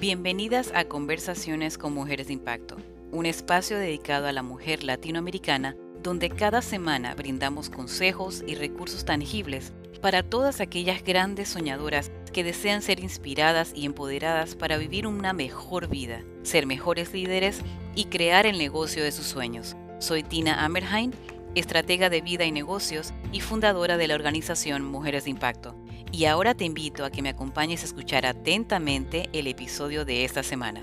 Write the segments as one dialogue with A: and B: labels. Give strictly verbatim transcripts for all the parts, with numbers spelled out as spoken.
A: Bienvenidas a Conversaciones con Mujeres de Impacto, un espacio dedicado a la mujer latinoamericana donde cada semana brindamos consejos y recursos tangibles para todas aquellas grandes soñadoras que desean ser inspiradas y empoderadas para vivir una mejor vida, ser mejores líderes y crear el negocio de sus sueños. Soy Tina Amerheim, estratega de vida y negocios y fundadora de la organización Mujeres de Impacto. Y ahora te invito a que me acompañes a escuchar atentamente el episodio de esta semana.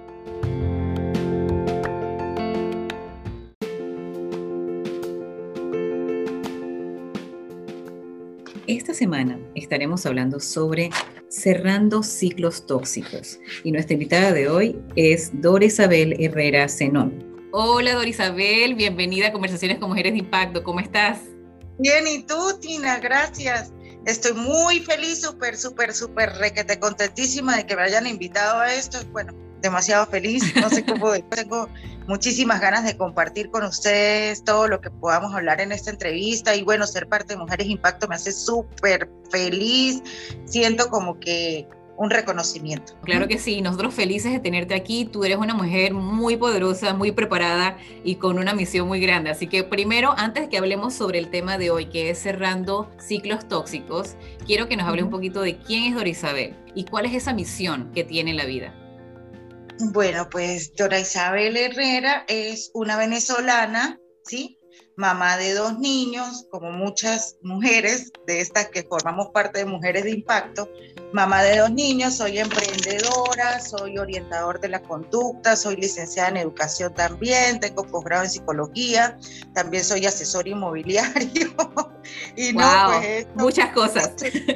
A: Esta semana estaremos hablando sobre cerrando ciclos tóxicos. Y nuestra invitada de hoy es Dora Isabel Herrera Zenón. Hola Dora Isabel, bienvenida a Conversaciones con Mujeres de Impacto. ¿Cómo estás?
B: Bien, ¿y tú, Tina? Gracias. Estoy muy feliz, súper, súper, súper requete contentísima de que me hayan invitado a esto. Bueno, demasiado feliz, no sé cómo, tengo muchísimas ganas de compartir con ustedes todo lo que podamos hablar en esta entrevista y bueno, ser parte de Mujeres Impacto me hace súper feliz, siento como que un reconocimiento.
A: Claro que sí, nosotros felices de tenerte aquí. Tú eres una mujer muy poderosa, muy preparada y con una misión muy grande. Así que primero, antes de que hablemos sobre el tema de hoy, que es cerrando ciclos tóxicos, quiero que nos hables uh-huh. un poquito de quién es Dora Isabel y cuál es esa misión que tiene en la vida.
B: Bueno, pues Dora Isabel Herrera es una venezolana, ¿sí? Mamá de dos niños, como muchas mujeres de estas que formamos parte de Mujeres de Impacto. Mamá de dos niños, soy emprendedora, soy orientador de la conducta, soy licenciada en educación también, tengo posgrado en psicología, también soy asesor inmobiliario.
A: y wow, no, pues esto, muchas cosas.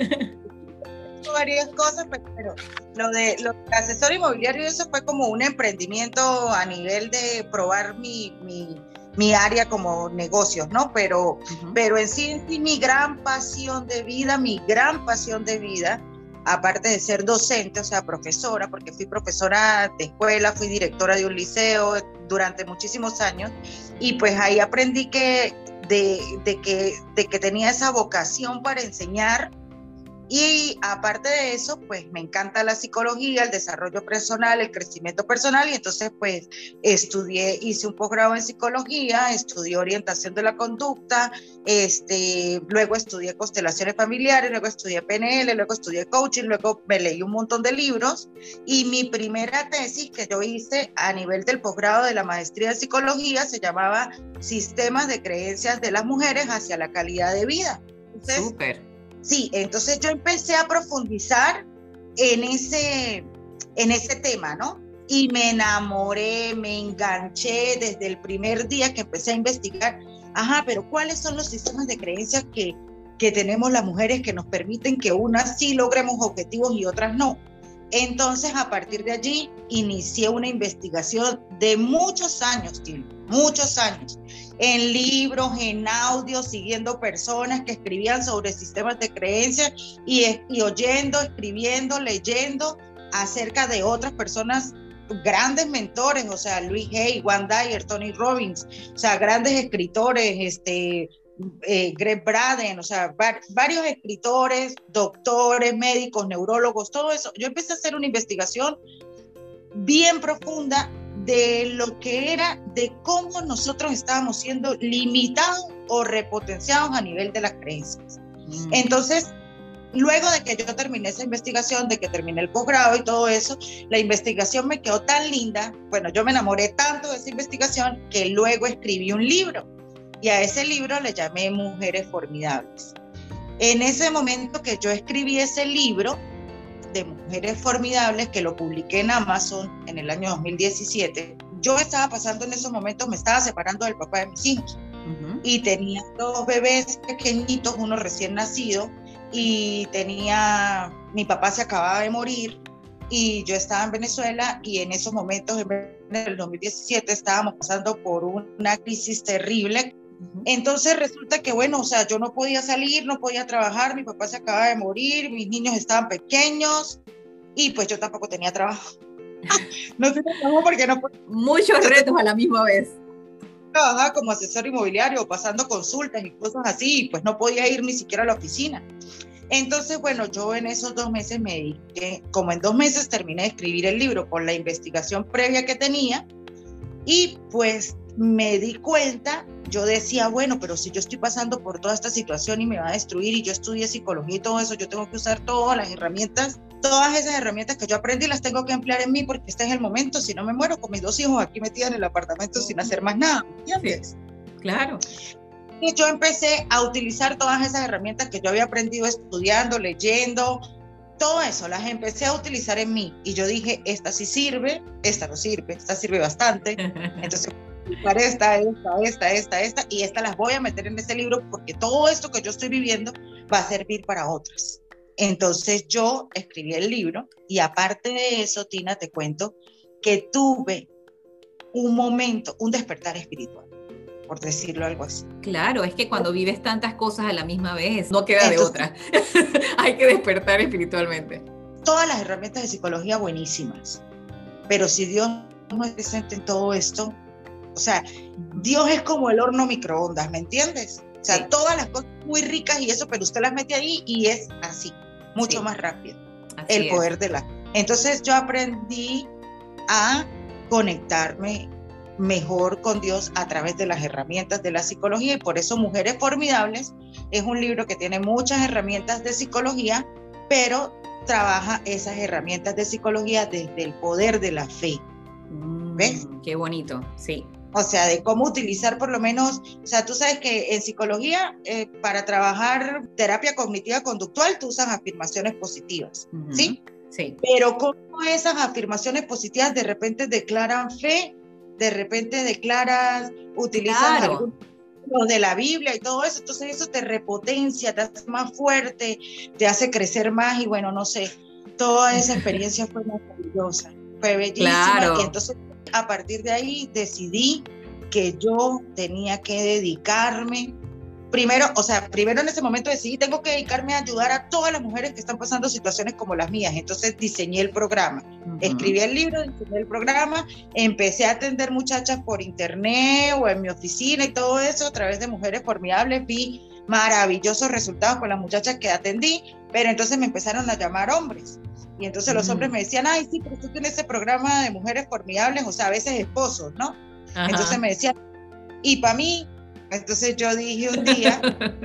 B: varias cosas, pero lo de, lo de asesor inmobiliario, eso fue como un emprendimiento a nivel de probar mi... mi mi área como negocios, ¿no? Pero, uh-huh. pero en sí, en sí, mi gran pasión de vida, mi gran pasión de vida, aparte de ser docente, o sea, profesora, porque fui profesora de escuela, fui directora de un liceo durante muchísimos años, y pues ahí aprendí que, de, de que, de que tenía esa vocación para enseñar. Y aparte de eso, pues me encanta la psicología, el desarrollo personal, el crecimiento personal, y entonces pues estudié, hice un posgrado en psicología, estudié orientación de la conducta, este, luego estudié constelaciones familiares, luego estudié P N L, luego estudié coaching, luego me leí un montón de libros, y mi primera tesis que yo hice a nivel del posgrado de la maestría de psicología se llamaba Sistemas de Creencias de las Mujeres hacia la Calidad de Vida. Entonces,
A: Súper.
B: Sí, entonces yo empecé a profundizar en ese, en ese tema, ¿no? Y me enamoré, me enganché desde el primer día que empecé a investigar. Ajá, pero ¿cuáles son los sistemas de creencias que, que tenemos las mujeres que nos permiten que unas sí logremos objetivos y otras no? Entonces, a partir de allí, inicié una investigación de muchos años, Tino, muchos años, en libros, en audios, siguiendo personas que escribían sobre sistemas de creencias y, y oyendo, escribiendo, leyendo acerca de otras personas, grandes mentores, o sea, Louise Hay, Wayne Dyer, Tony Robbins, o sea, grandes escritores, este... Eh, Greg Braden, o sea, var, varios escritores, doctores, médicos, neurólogos, todo eso. Yo empecé a hacer una investigación bien profunda de lo que era, de cómo nosotros estábamos siendo limitados o repotenciados a nivel de las creencias. Mm. Entonces, luego de que yo terminé esa investigación, de que terminé el posgrado y todo eso, la investigación me quedó tan linda, bueno, yo me enamoré tanto de esa investigación que luego escribí un libro. Y a ese libro le llamé Mujeres Formidables. En ese momento que yo escribí ese libro de Mujeres Formidables, que lo publiqué en Amazon en el año dos mil diecisiete, yo estaba pasando en esos momentos, me estaba separando del papá de mis hijos. Uh-huh. Y tenía dos bebés pequeñitos, uno recién nacido, y tenía, mi papá se acababa de morir, y yo estaba en Venezuela, y en esos momentos, en el dos mil diecisiete, estábamos pasando por una crisis terrible. Entonces resulta que, bueno, o sea, yo no podía salir, no podía trabajar, mi papá se acaba de morir, mis niños estaban pequeños y pues yo tampoco tenía trabajo. No tenía trabajo porque no podía.
A: Muchos yo retos a la misma vez.
B: Trabajaba como asesor inmobiliario, pasando consultas y cosas así, y pues no podía ir ni siquiera a la oficina. Entonces, bueno, yo en esos dos meses me dediqué, como en dos meses terminé de escribir el libro con la investigación previa que tenía, y pues me di cuenta, yo decía, bueno, pero si yo estoy pasando por toda esta situación y me va a destruir y yo estudié psicología y todo eso, yo tengo que usar todas las herramientas, todas esas herramientas que yo aprendí las tengo que emplear en mí porque este es el momento, si no me muero con mis dos hijos aquí metida en el apartamento sin hacer más nada, ¿entiendes?
A: Sí, claro.
B: Y yo empecé a utilizar todas esas herramientas que yo había aprendido estudiando, leyendo, todo eso, las empecé a utilizar en mí. Y yo dije, esta sí sirve, esta no sirve, esta sirve bastante. Entonces, para esta, esta, esta, esta, esta, y esta las voy a meter en ese libro porque todo esto que yo estoy viviendo va a servir para otras. Entonces yo escribí el libro y aparte de eso, Tina, te cuento que tuve un momento, un despertar espiritual, por decirlo algo así.
A: Claro, es que cuando vives tantas cosas a la misma vez, no queda Entonces, de otra. Hay que despertar espiritualmente.
B: Todas las herramientas de psicología buenísimas, pero si Dios no es presente en todo esto, o sea, Dios es como el horno microondas, ¿me entiendes? O sea, sí. Todas las cosas muy ricas y eso, pero usted las mete ahí y es así, mucho sí. más rápido. Así el poder es. de la... Entonces yo aprendí a conectarme mejor con Dios a través de las herramientas de la psicología, y por eso Mujeres Formidables es un libro que tiene muchas herramientas de psicología, pero trabaja esas herramientas de psicología desde el poder de la fe. ¿Ves?
A: Mm, qué bonito, sí.
B: O sea, de cómo utilizar por lo menos, o sea, tú sabes que en psicología, eh, para trabajar terapia cognitiva conductual, tú usas afirmaciones positivas, uh-huh. ¿sí?
A: Sí.
B: Pero cómo esas afirmaciones positivas de repente declaran fe, de repente declaras, utilizas
A: claro.
B: algún lo de la Biblia y todo eso, entonces eso te repotencia, te hace más fuerte, te hace crecer más y bueno, no sé, toda esa experiencia fue maravillosa, fue bellísima
A: claro.
B: y entonces a partir de ahí decidí que yo tenía que dedicarme, primero, o sea, primero en ese momento decidí, tengo que dedicarme a ayudar a todas las mujeres que están pasando situaciones como las mías, entonces diseñé el programa, uh-huh. escribí el libro, diseñé el programa, empecé a atender muchachas por internet o en mi oficina y todo eso a través de Mujeres Formidables, vi maravillosos resultados con las muchachas que atendí, pero entonces me empezaron a llamar hombres. Y entonces los hombres me decían, ay, sí, pero tú tienes ese programa de Mujeres Formidables, o sea, a veces esposos, ¿no? Ajá. Entonces me decían, y para mí, entonces yo dije un día,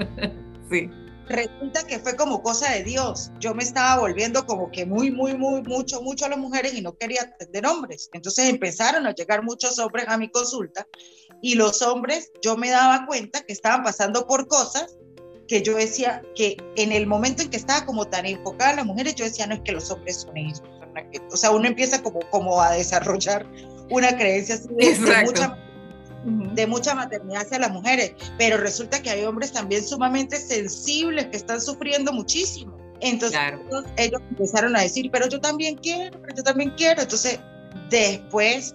A: sí.
B: resulta que fue como cosa de Dios. Yo me estaba volviendo como que muy, muy, muy, mucho, mucho a las mujeres y no quería atender hombres. Entonces empezaron a llegar muchos hombres a mi consulta y los hombres, yo me daba cuenta que estaban pasando por cosas que yo decía que en el momento en que estaba como tan enfocada en las mujeres, yo decía, no es que los hombres son ellos. O sea, uno empieza como, como a desarrollar una creencia así de, de, mucha, de mucha maternidad hacia las mujeres, pero resulta que hay hombres también sumamente sensibles que están sufriendo muchísimo. Entonces claro. ellos empezaron a decir, pero yo también quiero, pero yo también quiero. Entonces después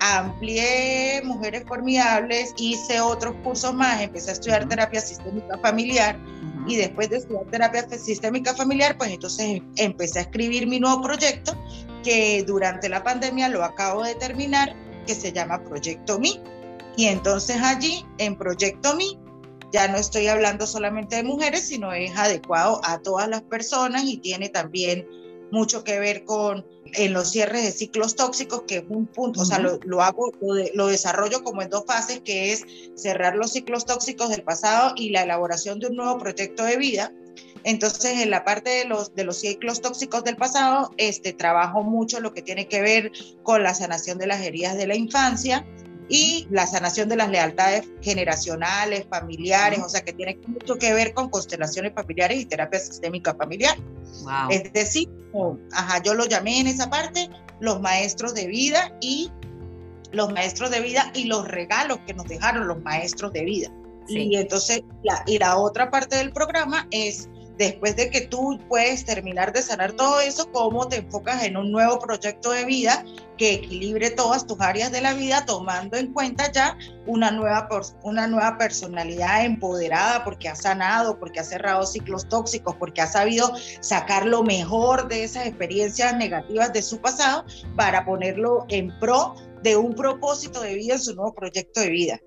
B: amplié Mujeres Formidables, hice otros cursos más, empecé a estudiar uh-huh. terapia sistémica familiar uh-huh. y después de estudiar terapia sistémica familiar, pues entonces empecé a escribir mi nuevo proyecto que durante la pandemia lo acabo de terminar, que se llama Proyecto Me. Y entonces allí, en Proyecto Me, ya no estoy hablando solamente de mujeres, sino es adecuado a todas las personas y tiene también mucho que ver con en los cierres de ciclos tóxicos, que es un punto, uh-huh. o sea, lo, lo hago, lo, de, lo desarrollo como en dos fases, que es cerrar los ciclos tóxicos del pasado y la elaboración de un nuevo proyecto de vida. Entonces, en la parte de los, de los ciclos tóxicos del pasado, este, trabajo mucho lo que tiene que ver con la sanación de las heridas de la infancia y la sanación de las lealtades generacionales, familiares, uh-huh. o sea, que tiene mucho que ver con constelaciones familiares y terapia sistémica familiar.
A: Wow.
B: Es decir, ajá, yo lo llamé en esa parte los maestros de vida y los maestros de vida y los regalos que nos dejaron los maestros de vida. Sí. Y entonces, la, y la otra parte del programa es, después de que tú puedes terminar de sanar todo eso, cómo te enfocas en un nuevo proyecto de vida que equilibre todas tus áreas de la vida, tomando en cuenta ya una nueva, una nueva personalidad empoderada, porque has sanado, porque has cerrado ciclos tóxicos, porque has sabido sacar lo mejor de esas experiencias negativas de su pasado para ponerlo en pro de un propósito de vida en su nuevo proyecto de vida.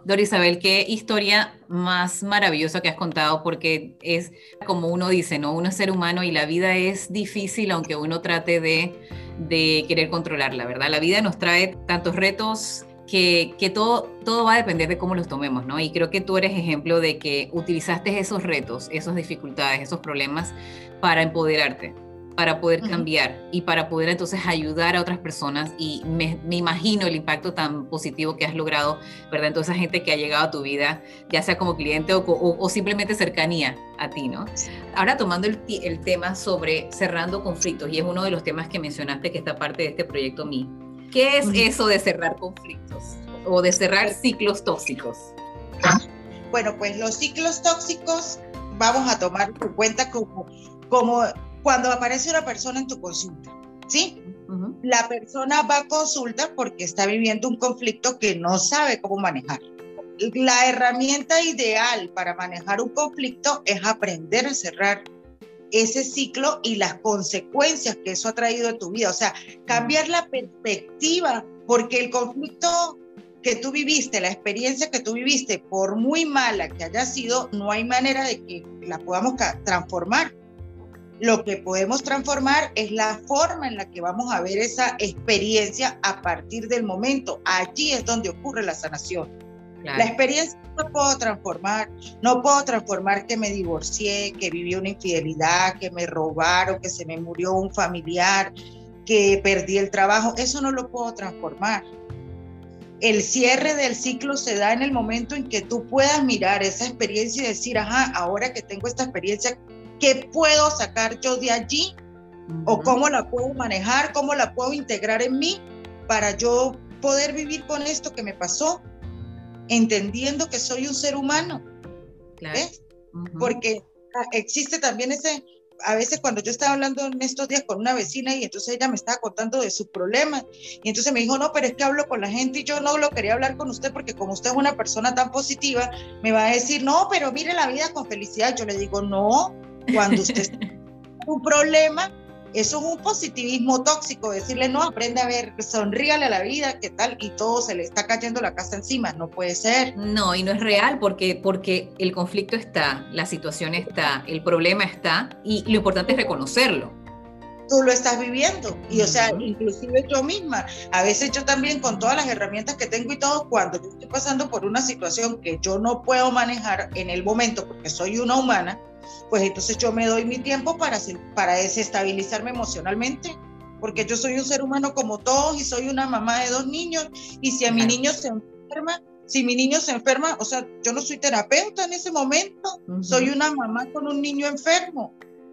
A: Dora Isabel, qué historia más maravillosa que has contado, porque es como uno dice, ¿no? Uno es ser humano y la vida es difícil aunque uno trate de, de querer controlarla, ¿verdad? La vida nos trae tantos retos que, que todo, todo va a depender de cómo los tomemos, ¿no? Y creo que tú eres ejemplo de que utilizaste esos retos, esas dificultades, esos problemas para empoderarte, para poder cambiar uh-huh. y para poder entonces ayudar a otras personas, y me, me imagino el impacto tan positivo que has logrado, ¿verdad? Entonces, esa gente que ha llegado a tu vida, ya sea como cliente o, o, o simplemente cercanía a ti, ¿no? Ahora tomando el, el tema sobre cerrando conflictos, y es uno de los temas que mencionaste que está parte de este proyecto M I. ¿Qué es uh-huh. eso de cerrar conflictos o de cerrar ciclos tóxicos?
B: Bueno, pues los ciclos tóxicos vamos a tomar en cuenta como, como cuando aparece una persona en tu consulta, ¿sí? Uh-huh. La persona va a consulta porque está viviendo un conflicto que no sabe cómo manejar. La herramienta ideal para manejar un conflicto es aprender a cerrar ese ciclo y las consecuencias que eso ha traído en tu vida. O sea, cambiar la perspectiva, porque el conflicto que tú viviste, la experiencia que tú viviste, por muy mala que haya sido, no hay manera de que la podamos transformar. Lo que podemos transformar es la forma en la que vamos a ver esa experiencia a partir del momento. Allí es donde ocurre la sanación. Claro. La experiencia no puedo transformar, no puedo transformar que me divorcié, que viví una infidelidad, que me robaron, que se me murió un familiar, que perdí el trabajo. Eso no lo puedo transformar. El cierre del ciclo se da en el momento en que tú puedas mirar esa experiencia y decir, ajá, ahora que tengo esta experiencia, ¿qué puedo sacar yo de allí? Uh-huh. ¿O cómo la puedo manejar? ¿Cómo la puedo integrar en mí para yo poder vivir con esto que me pasó? Entendiendo que soy un ser humano. Claro. ¿Ves? Uh-huh. Porque existe también ese, a veces cuando yo estaba hablando en estos días con una vecina y entonces ella me estaba contando de sus problemas y entonces me dijo, no, pero es que hablo con la gente y yo no lo quería hablar con usted porque como usted es una persona tan positiva, me va a decir, no, pero mire la vida con felicidad. Yo le digo, no, cuando usted tiene un problema, eso es un positivismo tóxico, decirle, no, aprende a ver, sonríale a la vida, ¿qué tal? Y todo se le está cayendo la casa encima, no puede ser.
A: No, y no es real porque, porque el conflicto está, la situación está, el problema está, y lo importante es reconocerlo.
B: Tú lo estás viviendo, y o sea, inclusive yo misma, a veces yo también con todas las herramientas que tengo y todo, cuando yo estoy pasando por una situación que yo no puedo manejar en el momento porque soy una humana, pues entonces yo me doy mi tiempo para, para desestabilizarme emocionalmente, porque yo soy un ser humano como todos y soy una mamá de dos niños, y si a mi niño se enferma, si mi niño se enferma, o sea, yo no soy terapeuta en ese momento, uh-huh. soy una mamá con un niño enfermo.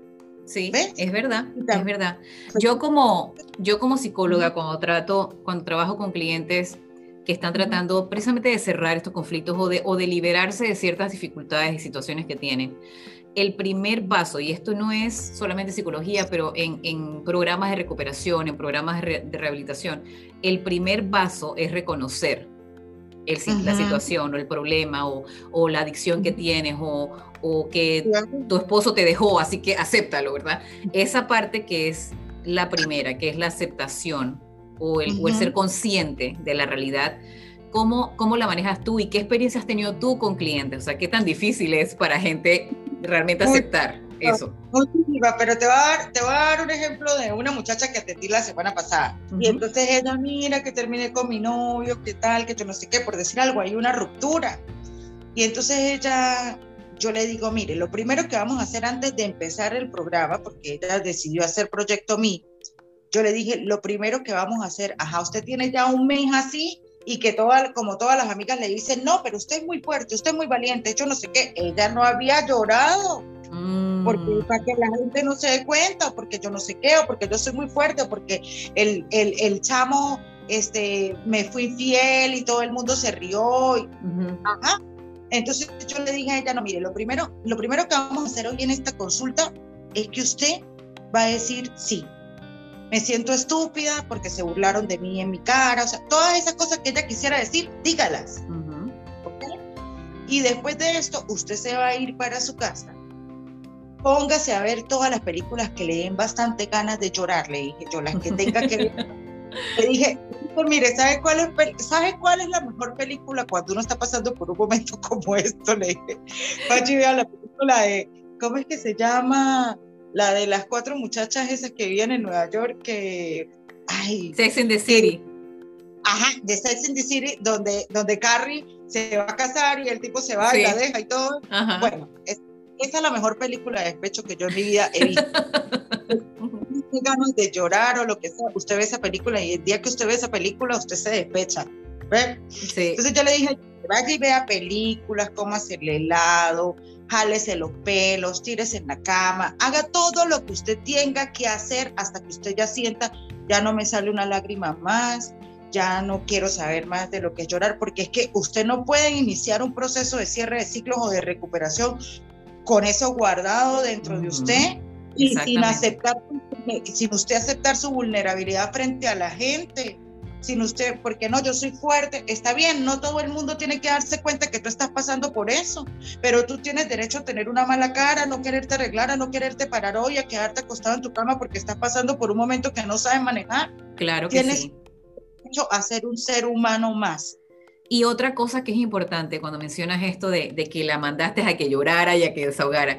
A: Sí, ¿ves? Es verdad, es verdad. Yo como, yo como psicóloga, uh-huh. cuando trato, cuando trabajo con clientes que están tratando uh-huh. precisamente de cerrar estos conflictos o de, o de liberarse de ciertas dificultades y situaciones que tienen, el primer paso, y esto no es solamente psicología, pero en, en programas de recuperación, en programas de, re, de rehabilitación, el primer paso es reconocer el, uh-huh. la situación o el problema o, o la adicción que tienes o, o que uh-huh. tu esposo te dejó, así que acéptalo, ¿verdad? Esa parte que es la primera, que es la aceptación o el, uh-huh. o el ser consciente de la realidad. ¿Cómo, ¿Cómo la manejas tú y qué experiencias has tenido tú con clientes? O sea, ¿qué tan difícil es para gente realmente aceptar muy, eso?
B: Muy viva, pero te voy, a dar, te voy a dar un ejemplo de una muchacha que atendí la semana pasada. Uh-huh. Y entonces ella, mira, que terminé con mi novio, qué tal, que yo no sé qué, por decir algo, hay una ruptura. Y entonces ella, yo le digo, mire, lo primero que vamos a hacer antes de empezar el programa, porque ella decidió hacer Proyecto M I, yo le dije, lo primero que vamos a hacer, ajá, usted tiene ya un mes así, y que todas, como todas las amigas le dicen, no, pero usted es muy fuerte, usted es muy valiente, yo no sé qué, ella no había llorado, mm. porque para que la gente no se dé cuenta, o porque yo no sé qué, o porque yo soy muy fuerte, o porque el, el, el chamo, este, me fui infiel y todo el mundo se rió, y, uh-huh. ajá, entonces yo le dije a ella, no, mire, lo primero, lo primero que vamos a hacer hoy en esta consulta es que usted va a decir sí. Me siento estúpida porque se burlaron de mí en mi cara, o sea, todas esas cosas que ella quisiera decir, dígalas. Uh-huh. ¿Okay? Y después de esto, usted se va a ir para su casa, póngase a ver todas las películas que le den bastante ganas de llorar, le dije yo, las que tenga que ver, Le dije, mire, ¿sabe cuál, es, ¿sabe cuál es la mejor película cuando uno está pasando por un momento como esto? Le dije, Pachi, vea la película de, ¿cómo es que se llama? La de las cuatro muchachas esas que vivían en Nueva York, que... Ay,
A: Sex and the City.
B: Ajá, de Sex and the City, donde, donde Carrie se va a casar y el tipo se va sí. y la deja y todo. Ajá. Bueno, es, esa es la mejor película de despecho que yo en mi vida he visto. Ganas de llorar o lo que sea, usted ve esa película y el día que usted ve esa película usted se despecha, ¿ve? Sí. Entonces yo le dije, vaya y vea películas, cómo hacerle helado, jálese los pelos, tírese en la cama, haga todo lo que usted tenga que hacer hasta que usted ya sienta, ya no me sale una lágrima más, ya no quiero saber más de lo que es llorar, porque es que usted no puede iniciar un proceso de cierre de ciclos o de recuperación con eso guardado dentro uh-huh. de usted y sin aceptar, sin usted aceptar su vulnerabilidad frente a la gente, sin usted, porque no, yo soy fuerte, está bien, no todo el mundo tiene que darse cuenta que tú estás pasando por eso, pero tú tienes derecho a tener una mala cara, a no quererte arreglar, a no quererte parar hoy, a quedarte acostado en tu cama porque estás pasando por un momento que no sabes manejar.
A: Claro que
B: tienes
A: sí.
B: derecho a ser un ser humano más.
A: Y otra cosa que es importante cuando mencionas esto de, de que la mandaste a que llorara y a que desahogara,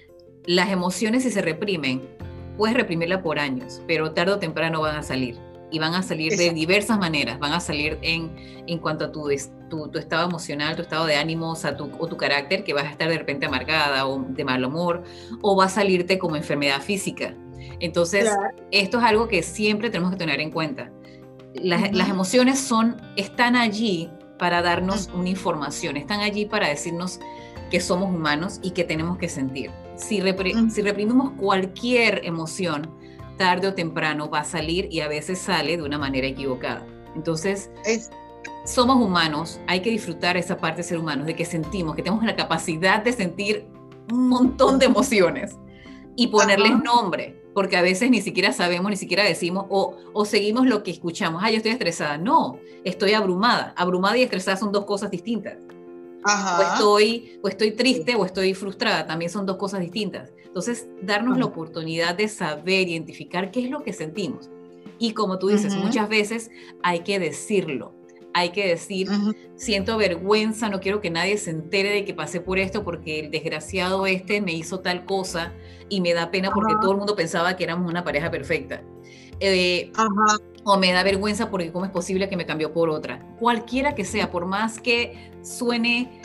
A: las emociones si se reprimen, puedes reprimirla por años, pero tarde o temprano van a salir. Y van a salir Exacto. de diversas maneras. Van a salir en, en cuanto a tu, tu, tu estado emocional, tu estado de ánimo, o, sea, tu, o tu carácter, que vas a estar de repente amargada o de mal humor, o va a salirte como enfermedad física. Entonces, claro. esto es algo que siempre tenemos que tener en cuenta. Las, uh-huh. las emociones son, están allí para darnos uh-huh. una información, están allí para decirnos que somos humanos y que tenemos que sentir. Si, repri- uh-huh. si reprimimos cualquier emoción, tarde o temprano va a salir y a veces sale de una manera equivocada. Entonces, es... somos humanos, hay que disfrutar esa parte de ser humanos, de que sentimos, que tenemos la capacidad de sentir un montón de emociones y ponerles Ajá. nombre, porque a veces ni siquiera sabemos, ni siquiera decimos, o, o seguimos lo que escuchamos. Ah, yo estoy estresada. No, estoy abrumada. Abrumada y estresada son dos cosas distintas. Ajá. O estoy, o estoy triste o estoy frustrada, también son dos cosas distintas. Entonces, darnos Ajá. la oportunidad de saber, identificar qué es lo que sentimos. Y como tú dices, uh-huh. muchas veces hay que decirlo. Hay que decir, uh-huh. siento vergüenza, no quiero que nadie se entere de que pasé por esto porque el desgraciado este me hizo tal cosa y me da pena porque uh-huh. todo el mundo pensaba que éramos una pareja perfecta. Eh, uh-huh. O me da vergüenza porque cómo es posible que me cambió por otra. Cualquiera que sea, por más que suene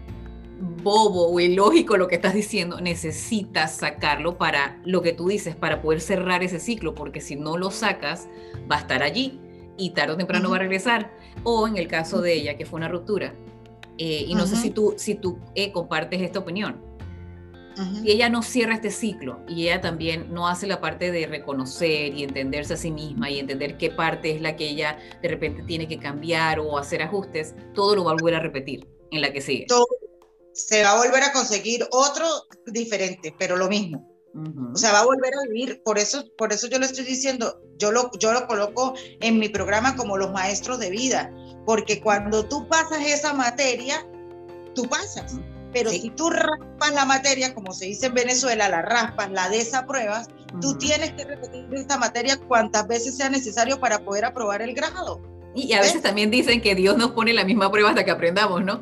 A: bobo o ilógico lo que estás diciendo, necesitas sacarlo para lo que tú dices, para poder cerrar ese ciclo, porque si no lo sacas, va a estar allí y tarde o temprano uh-huh. va a regresar. O en el caso de ella, que fue una ruptura. Eh, y no uh-huh. sé si tú, si tú eh, compartes esta opinión. Uh-huh. Y ella no cierra este ciclo y ella también no hace la parte de reconocer y entenderse a sí misma y entender qué parte es la que ella de repente tiene que cambiar o hacer ajustes, todo lo va a volver a repetir en la que sigue.
B: Todo se va a volver a conseguir otro diferente, pero lo mismo. Uh-huh. O sea, va a volver a vivir. Por eso, por eso yo le estoy diciendo, yo lo, yo lo coloco en mi programa como los maestros de vida, porque cuando tú pasas esa materia, tú pasas. Uh-huh. Pero sí. si tú raspas la materia, como se dice en Venezuela, la raspas, la desapruebas, uh-huh. tú tienes que repetir esta materia cuantas veces sea necesario para poder aprobar el grado.
A: Y a veces ¿ves? También dicen que Dios nos pone la misma prueba hasta que aprendamos, ¿no?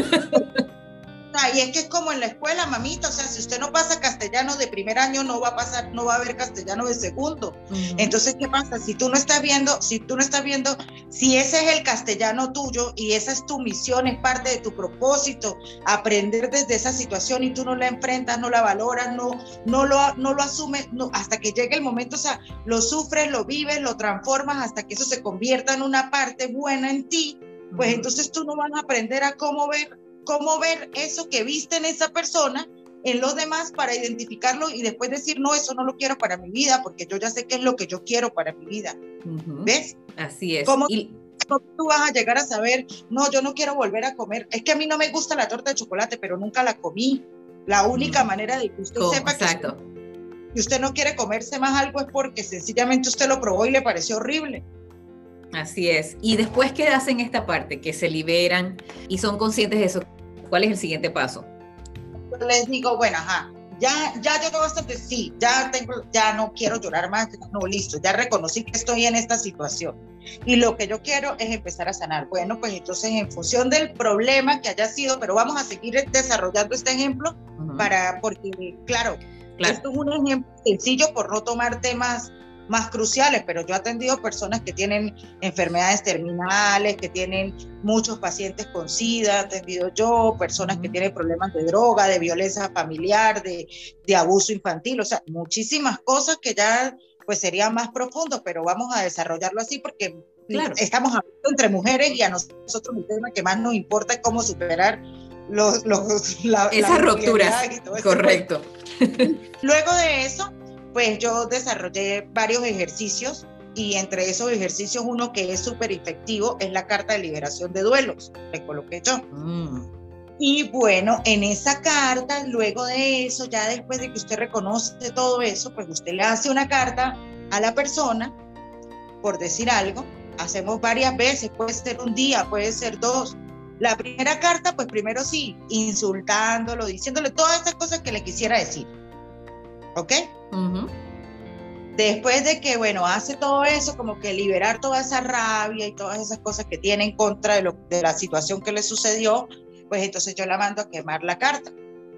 B: Y es que es como en la escuela, mamita, o sea, si usted no pasa castellano de primer año, no va a pasar, no va a haber castellano de segundo. Uh-huh. Entonces, ¿qué pasa? Si tú no estás viendo, si tú no estás viendo, si ese es el castellano tuyo y esa es tu misión, es parte de tu propósito, aprender desde esa situación y tú no la enfrentas, no la valoras, no, no, lo, no lo asumes, no, hasta que llegue el momento, o sea, lo sufres, lo vives, lo transformas hasta que eso se convierta en una parte buena en ti, pues uh-huh. entonces tú no vas a aprender a cómo ver cómo ver eso que viste en esa persona en los demás para identificarlo y después decir, no, eso no lo quiero para mi vida, porque yo ya sé qué es lo que yo quiero para mi vida. Uh-huh. ¿Ves?
A: Así es.
B: ¿Cómo,
A: y...
B: ¿Cómo tú vas a llegar a saber, no, yo no quiero volver a comer? Es que a mí no me gusta la torta de chocolate, pero nunca la comí. La única uh-huh. manera de que usted
A: ¿Cómo?
B: sepa que usted, que usted no quiere comerse más algo es porque sencillamente usted lo probó y le pareció horrible.
A: Así es. Y después que hacen esta parte, que se liberan y son conscientes de eso, ¿cuál es el siguiente paso?
B: Les digo, bueno, ajá, ya, ya llegó bastante, sí, ya tengo, ya no quiero llorar más, no, listo, ya reconocí que estoy en esta situación y lo que yo quiero es empezar a sanar. Bueno, pues entonces en función del problema que haya sido, pero vamos a seguir desarrollando este ejemplo uh-huh. para, porque claro, claro, esto es un ejemplo sencillo por no tomar temas más cruciales, pero yo he atendido personas que tienen enfermedades terminales, que tienen muchos pacientes con SIDA, he atendido yo, personas uh-huh. que tienen problemas de droga, de violencia familiar, de, de abuso infantil, o sea, muchísimas cosas que ya pues sería más profundo, pero vamos a desarrollarlo así porque claro. estamos hablando entre mujeres y a nosotros el tema que más nos importa es cómo superar los, los, la,
C: esas la rupturas, y todo correcto.
B: Luego de eso, pues yo desarrollé varios ejercicios y entre esos ejercicios uno que es súper efectivo es la carta de liberación de duelos, le coloqué yo. Mm. Y bueno, en esa carta, luego de eso, ya después de que usted reconoce todo eso, pues usted le hace una carta a la persona, por decir algo, hacemos varias veces, puede ser un día, puede ser dos. La primera carta, pues primero sí, insultándolo, diciéndole todas estas cosas que le quisiera decir. ¿Ok? Uh-huh. Después de que, bueno, hace todo eso, como que liberar toda esa rabia y todas esas cosas que tiene en contra de, lo, de la situación que le sucedió, pues entonces yo la mando a quemar la carta.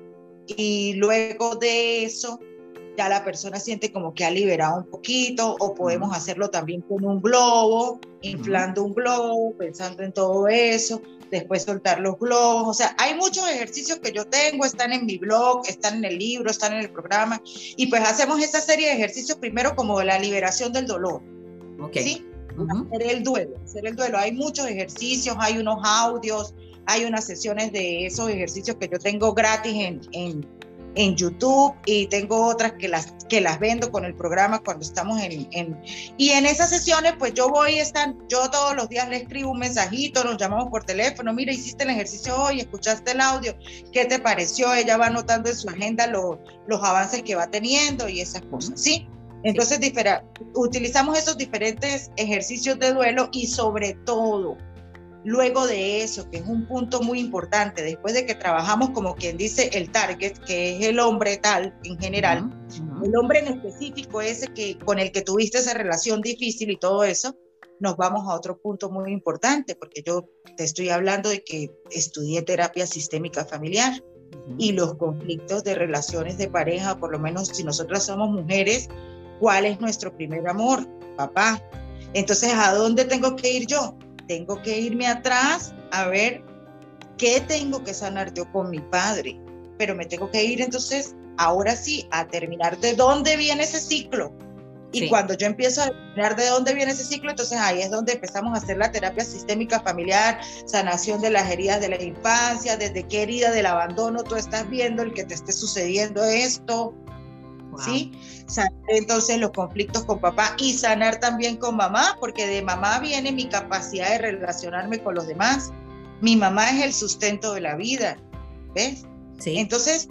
B: Y luego de eso, ya la persona siente como que ha liberado un poquito, o podemos uh-huh. hacerlo también con un globo, inflando uh-huh. un globo, pensando en todo eso, después soltar los globos. O sea, hay muchos ejercicios que yo tengo, están en mi blog, están en el libro, están en el programa, y pues hacemos esa serie de ejercicios primero como la liberación del dolor, okay. ¿sí? Uh-huh. Hacer el duelo, hacer el duelo. Hay muchos ejercicios, hay unos audios, hay unas sesiones de esos ejercicios que yo tengo gratis en, en, en YouTube, y tengo otras que las, que las vendo con el programa cuando estamos en, en... Y en esas sesiones, pues yo voy, están, yo todos los días le escribo un mensajito, nos llamamos por teléfono, mira, hiciste el ejercicio hoy, escuchaste el audio, ¿qué te pareció? Ella va anotando en su agenda lo, los avances que va teniendo y esas cosas, ¿sí? Entonces, sí. Difera, utilizamos esos diferentes ejercicios de duelo y sobre todo, luego de eso, que es un punto muy importante, después de que trabajamos como quien dice el target, que es el hombre tal en general, uh-huh, uh-huh. el hombre en específico ese que, con el que tuviste esa relación difícil y todo eso, nos vamos a otro punto muy importante, porque yo te estoy hablando de que estudié terapia sistémica familiar uh-huh. y los conflictos de relaciones de pareja, por lo menos si nosotras somos mujeres, ¿cuál es nuestro primer amor? Papá. Entonces, ¿a dónde tengo que ir yo? Tengo que irme atrás a ver qué tengo que sanar yo con mi padre, pero me tengo que ir entonces, ahora sí, a terminar de dónde viene ese ciclo. Y sí. cuando yo empiezo a determinar de dónde viene ese ciclo, entonces ahí es donde empezamos a hacer la terapia sistémica familiar, sanación de las heridas de la infancia, desde qué herida del abandono tú estás viendo el que te esté sucediendo esto. Wow. ¿Sí? Sanar entonces los conflictos con papá y sanar también con mamá, porque de mamá viene mi capacidad de relacionarme con los demás. Mi mamá es el sustento de la vida, ¿ves? Sí. Entonces,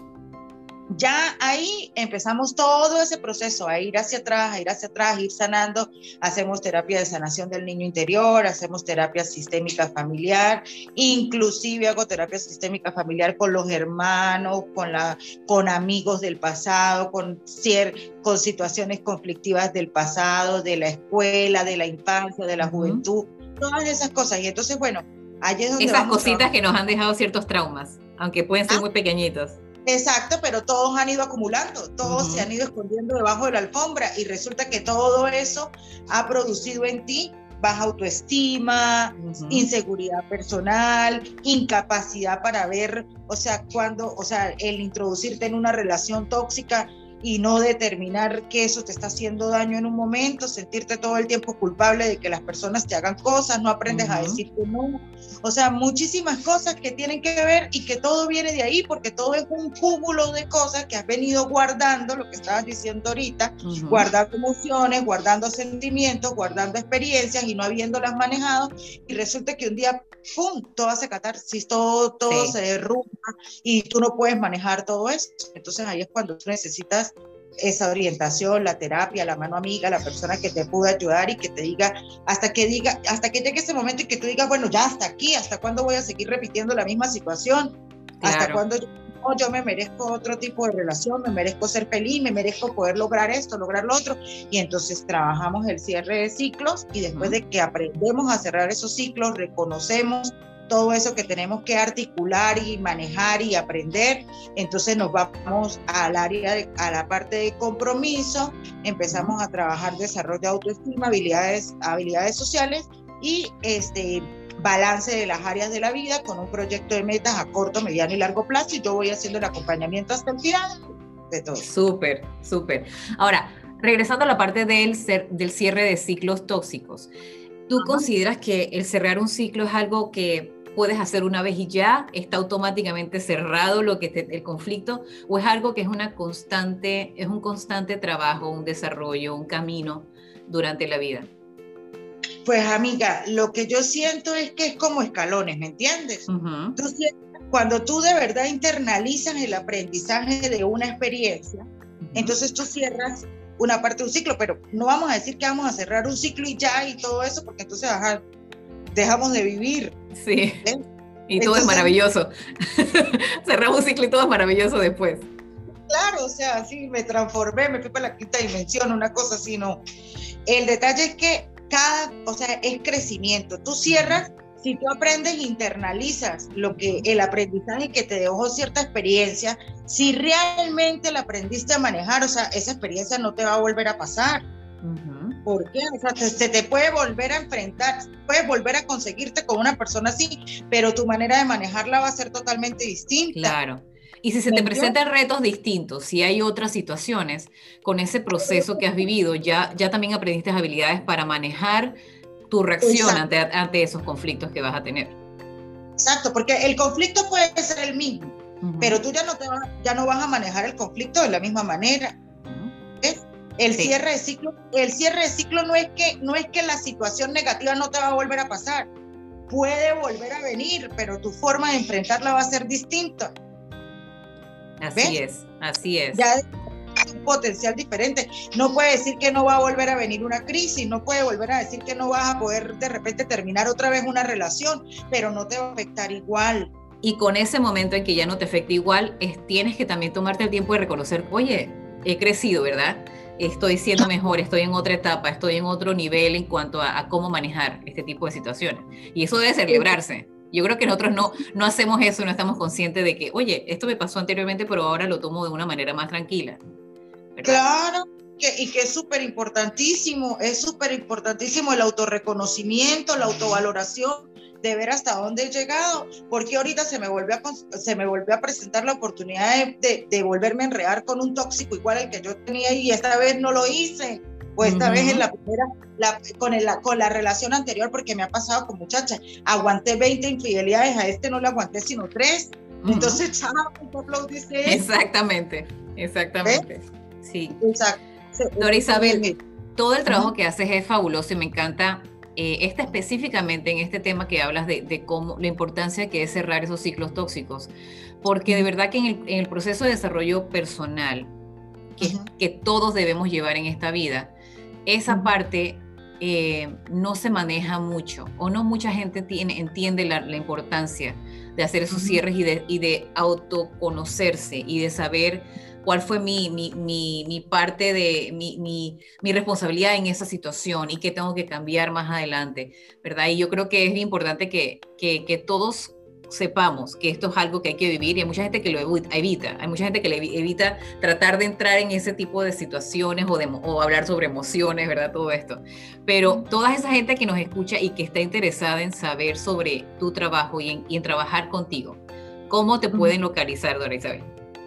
B: ya ahí empezamos todo ese proceso, a ir hacia atrás, a ir hacia atrás, a ir sanando. Hacemos terapia de sanación del niño interior, hacemos terapia sistémica familiar, inclusive hago terapia sistémica familiar con los hermanos, con, la, con amigos del pasado, con, con situaciones conflictivas del pasado, de la escuela, de la infancia, de la uh-huh. juventud, todas esas cosas. Y entonces, bueno, ahí es donde
C: esas cositas que nos han dejado ciertos traumas, aunque pueden ser ah. muy pequeñitos.
B: Exacto, pero todos han ido acumulando, todos uh-huh. se han ido escondiendo debajo de la alfombra y resulta que todo eso ha producido en ti baja autoestima, uh-huh. inseguridad personal, incapacidad para ver, o sea, cuando, o sea, el introducirte en una relación tóxica y no determinar que eso te está haciendo daño en un momento, sentirte todo el tiempo culpable de que las personas te hagan cosas, no aprendes uh-huh. a decir que no, o sea, muchísimas cosas que tienen que ver y que todo viene de ahí, porque todo es un cúmulo de cosas que has venido guardando, lo que estabas diciendo ahorita, uh-huh. guardando emociones, guardando sentimientos, guardando experiencias y no habiéndolas manejado, y resulta que un día, ¡pum!, todo hace catarsis, todo, todo sí. se derrumba y tú no puedes manejar todo eso. Entonces ahí es cuando tú necesitas esa orientación, la terapia, la mano amiga, la persona que te pueda ayudar y que te diga, hasta que diga, hasta que llegue ese momento y que tú digas, bueno, ya hasta aquí, hasta cuándo voy a seguir repitiendo la misma situación, claro. hasta cuándo yo no, yo me merezco otro tipo de relación, me merezco ser feliz, me merezco poder lograr esto, lograr lo otro, y entonces trabajamos el cierre de ciclos, y después de que aprendemos a cerrar esos ciclos, reconocemos todo eso que tenemos que articular y manejar y aprender, entonces nos vamos al área, de, a la parte de compromiso, empezamos a trabajar desarrollo de autoestima, habilidades, habilidades sociales y este, balance de las áreas de la vida con un proyecto de metas a corto, mediano y largo plazo, y yo voy haciendo el acompañamiento hasta el final de todo.
C: Súper, súper. Ahora, regresando a la parte del, ser, del cierre de ciclos tóxicos, ¿tú Ajá. consideras que el cerrar un ciclo es algo que puedes hacer una vez y ya, está automáticamente cerrado lo que te, el conflicto, o es algo que es una constante, es un constante trabajo, un desarrollo, un camino durante la vida?
B: Pues amiga, lo que yo siento es que es como escalones, ¿me entiendes? Uh-huh. Tú, cuando tú de verdad internalizas el aprendizaje de una experiencia, uh-huh. entonces tú cierras una parte de un ciclo, pero no vamos a decir que vamos a cerrar un ciclo y ya y todo eso, porque entonces ajá, dejamos de vivir.
C: Sí, ¿eh? Y todo entonces, es maravilloso. Cerramos un ciclo y todo es maravilloso después.
B: Claro, o sea, sí, me transformé, me fui para la quinta dimensión, una cosa así, no. El detalle es que cada, o sea, es crecimiento. Tú cierras, si tú aprendes, internalizas lo que, el aprendizaje que te dejó cierta experiencia, si realmente la aprendiste a manejar, o sea, esa experiencia no te va a volver a pasar. Uh-huh. ¿Por qué? O sea, te, se te puede volver a enfrentar, puedes volver a conseguirte con una persona así, pero tu manera de manejarla va a ser totalmente distinta.
C: Claro. Y si se te presentan retos distintos, si hay otras situaciones, con ese proceso que has vivido, ya, ya también aprendiste habilidades para manejar tu reacción ante, ante esos conflictos que vas a tener.
B: Exacto, porque el conflicto puede ser el mismo, uh-huh. pero tú ya no, te vas, ya no vas a manejar el conflicto de la misma manera. ¿Ves? El sí. cierre de ciclo, el cierre de ciclo no es que, no es que la situación negativa no te va a volver a pasar. Puede volver a venir, pero tu forma de enfrentarla va a ser distinta.
C: Así
B: ¿ves?
C: es, así es.
B: Ya es un potencial diferente. No puede decir que no va a volver a venir una crisis, no puede volver a decir que no vas a poder de repente terminar otra vez una relación, pero no te va a afectar igual.
C: Y con ese momento en que ya no te afecta igual, es, tienes que también tomarte el tiempo de reconocer, oye, he crecido, ¿verdad? Estoy siendo mejor, estoy en otra etapa, estoy en otro nivel en cuanto a, a cómo manejar este tipo de situaciones. Y eso debe celebrarse. Yo creo que nosotros no, no hacemos eso, no estamos conscientes de que, oye, esto me pasó anteriormente, pero ahora lo tomo de una manera más tranquila, ¿verdad?
B: Claro, que, y que es súper importantísimo, es súper importantísimo el autorreconocimiento, la autovaloración, de ver hasta dónde he llegado, porque ahorita se me volvió a, se me volvió a presentar la oportunidad de, de, de volverme a enredar con un tóxico igual al que yo tenía y esta vez no lo hice, o esta uh-huh. vez en la primera, la, con, el, con la relación anterior, porque me ha pasado con muchachas, aguanté veinte infidelidades, a este no le aguanté sino tres, uh-huh. entonces chao, dice
C: exactamente, exactamente, ¿eh? Sí.
B: Exacto.
C: Dora Isabel, todo el trabajo uh-huh. que haces es fabuloso y me encanta. Eh, esta específicamente en este tema que hablas de, de cómo la importancia que es cerrar esos ciclos tóxicos, porque de verdad que en el, en el proceso de desarrollo personal que, uh-huh. que todos debemos llevar en esta vida, esa uh-huh. parte eh, no se maneja mucho, o no mucha gente tiene, entiende la, la importancia de hacer esos uh-huh. cierres y de, y de autoconocerse y de saber cuál fue mi, mi, mi, mi parte de mi, mi, mi responsabilidad en esa situación y qué tengo que cambiar más adelante, ¿verdad? Y yo creo que es importante que, que, que todos sepamos que esto es algo que hay que vivir y hay mucha gente que lo evita, hay mucha gente que le evita tratar de entrar en ese tipo de situaciones o, de, o hablar sobre emociones, ¿verdad? Todo esto. Pero toda esa gente que nos escucha y que está interesada en saber sobre tu trabajo y en, y en trabajar contigo, ¿cómo te pueden localizar, Dora Isabel?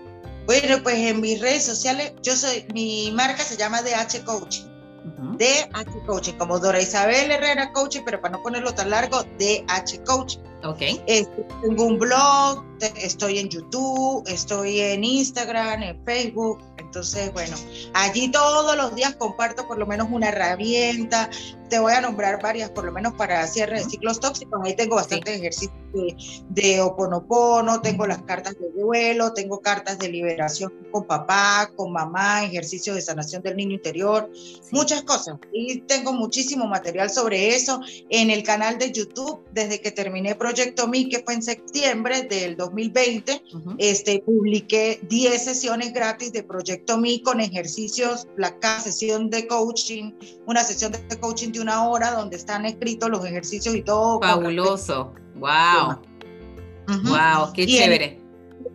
B: Bueno, pues en mis redes sociales, yo soy, mi marca se llama D H Coaching. Uh-huh. D H Coaching, como Dora Isabel Herrera Coaching, pero para no ponerlo tan largo, D H Coaching.
C: Ok.
B: Este, tengo un blog, estoy en YouTube, estoy en Instagram, en Facebook. Entonces, bueno, allí todos los días comparto por lo menos una herramienta. Te voy a nombrar varias, por lo menos para cierre de ciclos tóxicos. Ahí tengo bastante sí. ejercicio de, de Ho'oponopono, tengo las cartas de duelo, tengo cartas de liberación con papá, con mamá, ejercicios de sanación del niño interior, sí. muchas cosas. Y tengo muchísimo material sobre eso en el canal de YouTube. Desde que terminé Proyecto Me, que fue en septiembre del dos mil veinte, uh-huh. este, publiqué diez sesiones gratis de Proyecto Me con ejercicios, la cada sesión de coaching, una sesión de coaching de una hora donde están escritos los ejercicios y todo.
C: Fabuloso, wow, uh-huh. wow, qué
B: y
C: chévere.
B: En,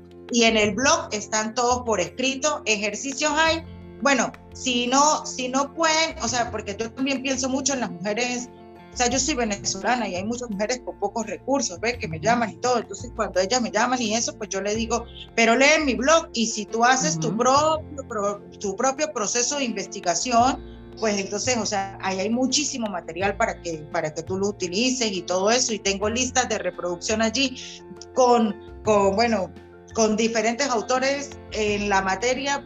B: y en el blog están todos por escrito, ejercicios hay, bueno, si no, si no pueden, o sea, porque yo también pienso mucho en las mujeres, o sea, yo soy venezolana y hay muchas mujeres con pocos recursos, ¿ves? Que me llaman y todo, entonces cuando ellas me llaman y eso, pues yo le digo, pero lee mi blog y si tú haces uh-huh. tu, propio, pro, tu propio proceso de investigación, pues entonces, o sea, ahí hay muchísimo material para que, para que tú lo utilices y todo eso, y tengo listas de reproducción allí con, con bueno, con diferentes autores en la materia,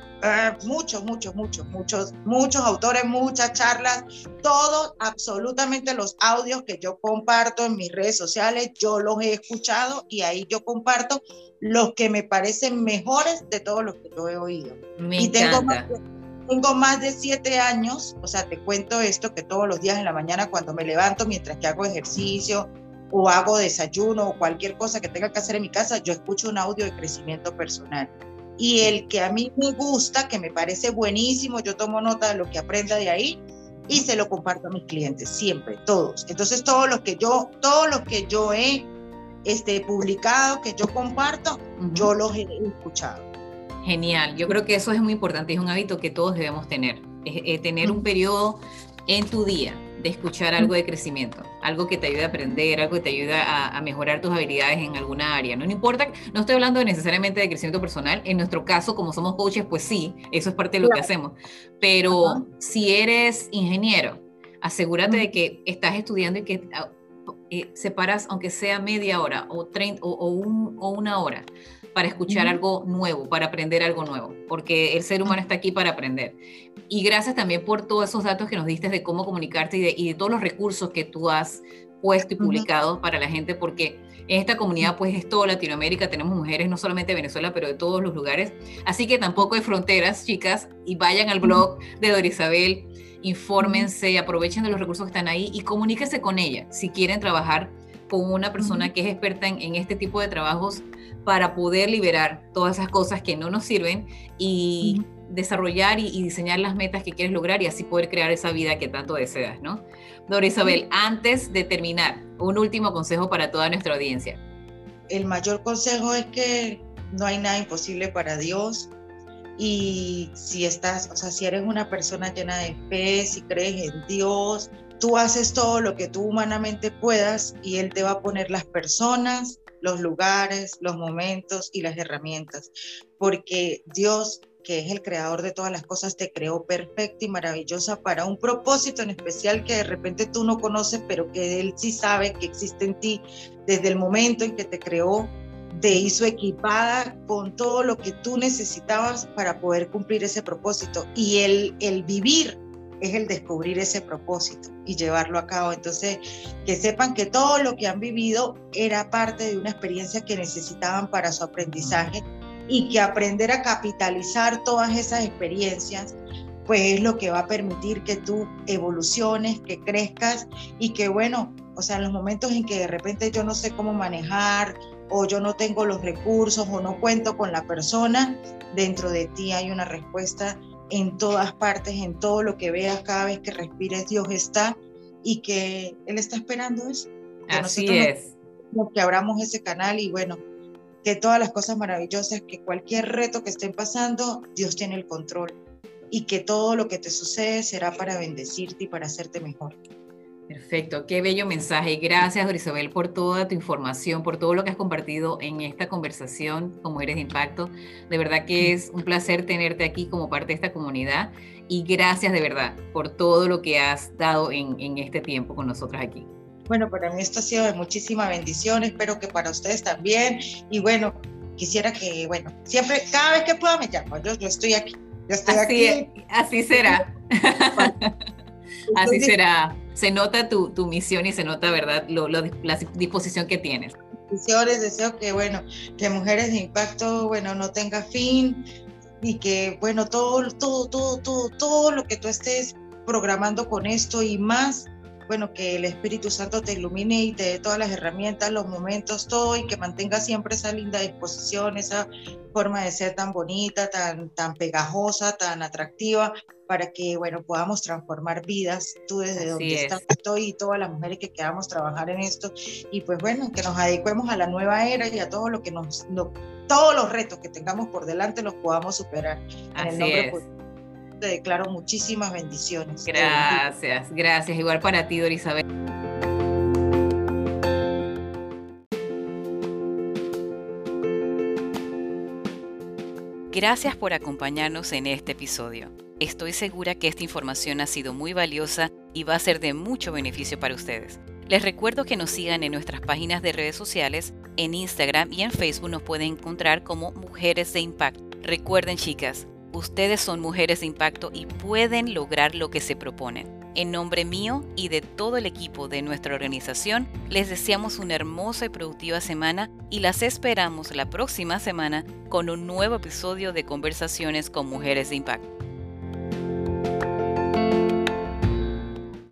B: uh, muchos, muchos, muchos, muchos, muchos autores, muchas charlas, todos, absolutamente los audios que yo comparto en mis redes sociales, yo los he escuchado y ahí yo comparto los que me parecen mejores de todos los que yo he oído.
C: Me
B: y
C: encanta.
B: Tengo más de, Tengo más de siete años, o sea, te cuento esto, que todos los días en la mañana cuando me levanto, mientras que hago ejercicio o hago desayuno o cualquier cosa que tenga que hacer en mi casa, yo escucho un audio de crecimiento personal. Y el que a mí me gusta, que me parece buenísimo, yo tomo nota de lo que aprenda de ahí y se lo comparto a mis clientes, siempre, todos. Entonces, todos los que yo, todos los que yo he este, publicado, que yo comparto, uh-huh. yo los he escuchado.
C: Genial, yo creo que eso es muy importante, es un hábito que todos debemos tener, es, es tener un periodo en tu día de escuchar algo de crecimiento, algo que te ayude a aprender, algo que te ayude a, a mejorar tus habilidades en alguna área, no, no importa, no estoy hablando necesariamente de crecimiento personal, en nuestro caso como somos coaches, pues sí, eso es parte de lo claro. que hacemos, pero uh-huh. si eres ingeniero, asegúrate uh-huh. de que estás estudiando y que eh, separas, aunque sea media hora o, treinta, o, o, un, o una hora, para escuchar uh-huh. algo nuevo, para aprender algo nuevo, porque el ser humano está aquí para aprender. Y gracias también por todos esos datos que nos diste de cómo comunicarte y de, y de todos los recursos que tú has puesto y publicado uh-huh. para la gente, porque en esta comunidad pues es toda Latinoamérica, tenemos mujeres no solamente de Venezuela, pero de todos los lugares, así que tampoco hay fronteras, chicas, y vayan al blog de Dora Isabel, infórmense, aprovechen de los recursos que están ahí y comuníquense con ella, si quieren trabajar con una persona uh-huh. que es experta en, en este tipo de trabajos, para poder liberar todas esas cosas que no nos sirven y uh-huh. desarrollar y, y diseñar las metas que quieres lograr y así poder crear esa vida que tanto deseas, ¿no? Dora Isabel, uh-huh. antes de terminar, un último consejo para toda nuestra audiencia.
B: El mayor consejo es que no hay nada imposible para Dios y si estás, o sea, si eres una persona llena de fe, si crees en Dios, tú haces todo lo que tú humanamente puedas y Él te va a poner las personas, los lugares, los momentos y las herramientas, porque Dios, que es el creador de todas las cosas, te creó perfecta y maravillosa para un propósito en especial que de repente tú no conoces, pero que Él sí sabe que existe en ti desde el momento en que te creó, te hizo equipada con todo lo que tú necesitabas para poder cumplir ese propósito, y el, el vivir es el descubrir ese propósito y llevarlo a cabo. Entonces, que sepan que todo lo que han vivido era parte de una experiencia que necesitaban para su aprendizaje y que aprender a capitalizar todas esas experiencias, pues es lo que va a permitir que tú evoluciones, que crezcas y que, bueno, o sea, en los momentos en que de repente yo no sé cómo manejar o yo no tengo los recursos o no cuento con la persona, dentro de ti hay una respuesta en todas partes, en todo lo que veas, cada vez que respires, Dios está, y que Él está esperando eso. Que
C: Así es.
B: Nos, que abramos ese canal y bueno, que todas las cosas maravillosas, que cualquier reto que estén pasando, Dios tiene el control y que todo lo que te sucede será para bendecirte y para hacerte mejor.
C: Perfecto, qué bello mensaje. Gracias, Dora Isabel, por toda tu información, por todo lo que has compartido en esta conversación con Mujeres de Impacto. De verdad que es un placer tenerte aquí como parte de esta comunidad y gracias de verdad por todo lo que has dado en, en este tiempo con nosotras aquí.
B: Bueno, para mí esto ha sido de muchísima bendición, espero que para ustedes también. Y bueno, quisiera que, bueno, siempre, cada vez que pueda me llamo, yo, yo estoy aquí. Yo estoy
C: así,
B: aquí.
C: Así será. Así será. se nota tu, tu misión y se nota, ¿verdad?, lo, lo, la disposición que tienes.
B: Deseo que, bueno, que Mujeres de Impacto, bueno, no tenga fin y que, bueno, todo, todo, todo, todo, todo lo que tú estés programando con esto y más, bueno, que el Espíritu Santo te ilumine y te dé todas las herramientas, los momentos, todo, y que mantenga siempre esa linda disposición, esa forma de ser tan bonita, tan, tan pegajosa, tan atractiva, para que, bueno, podamos transformar vidas, tú desde
C: Así
B: donde
C: es.
B: estás, estoy y todas las mujeres que queramos trabajar en esto, y pues bueno, que nos adecuemos a la nueva era y a todo lo que nos, lo, todos los retos que tengamos por delante los podamos superar. En
C: Así
B: el nombre
C: es.
B: Pues, te declaro muchísimas bendiciones.
C: Gracias, gracias. Igual para ti, Dorisabel.
A: Gracias por acompañarnos en este episodio. Estoy segura que esta información ha sido muy valiosa y va a ser de mucho beneficio para ustedes. Les recuerdo que nos sigan en nuestras páginas de redes sociales, en Instagram y en Facebook nos pueden encontrar como Mujeres de Impacto. Recuerden, chicas, ustedes son mujeres de impacto y pueden lograr lo que se proponen. En nombre mío y de todo el equipo de nuestra organización, les deseamos una hermosa y productiva semana y las esperamos la próxima semana con un nuevo episodio de Conversaciones con Mujeres de Impacto.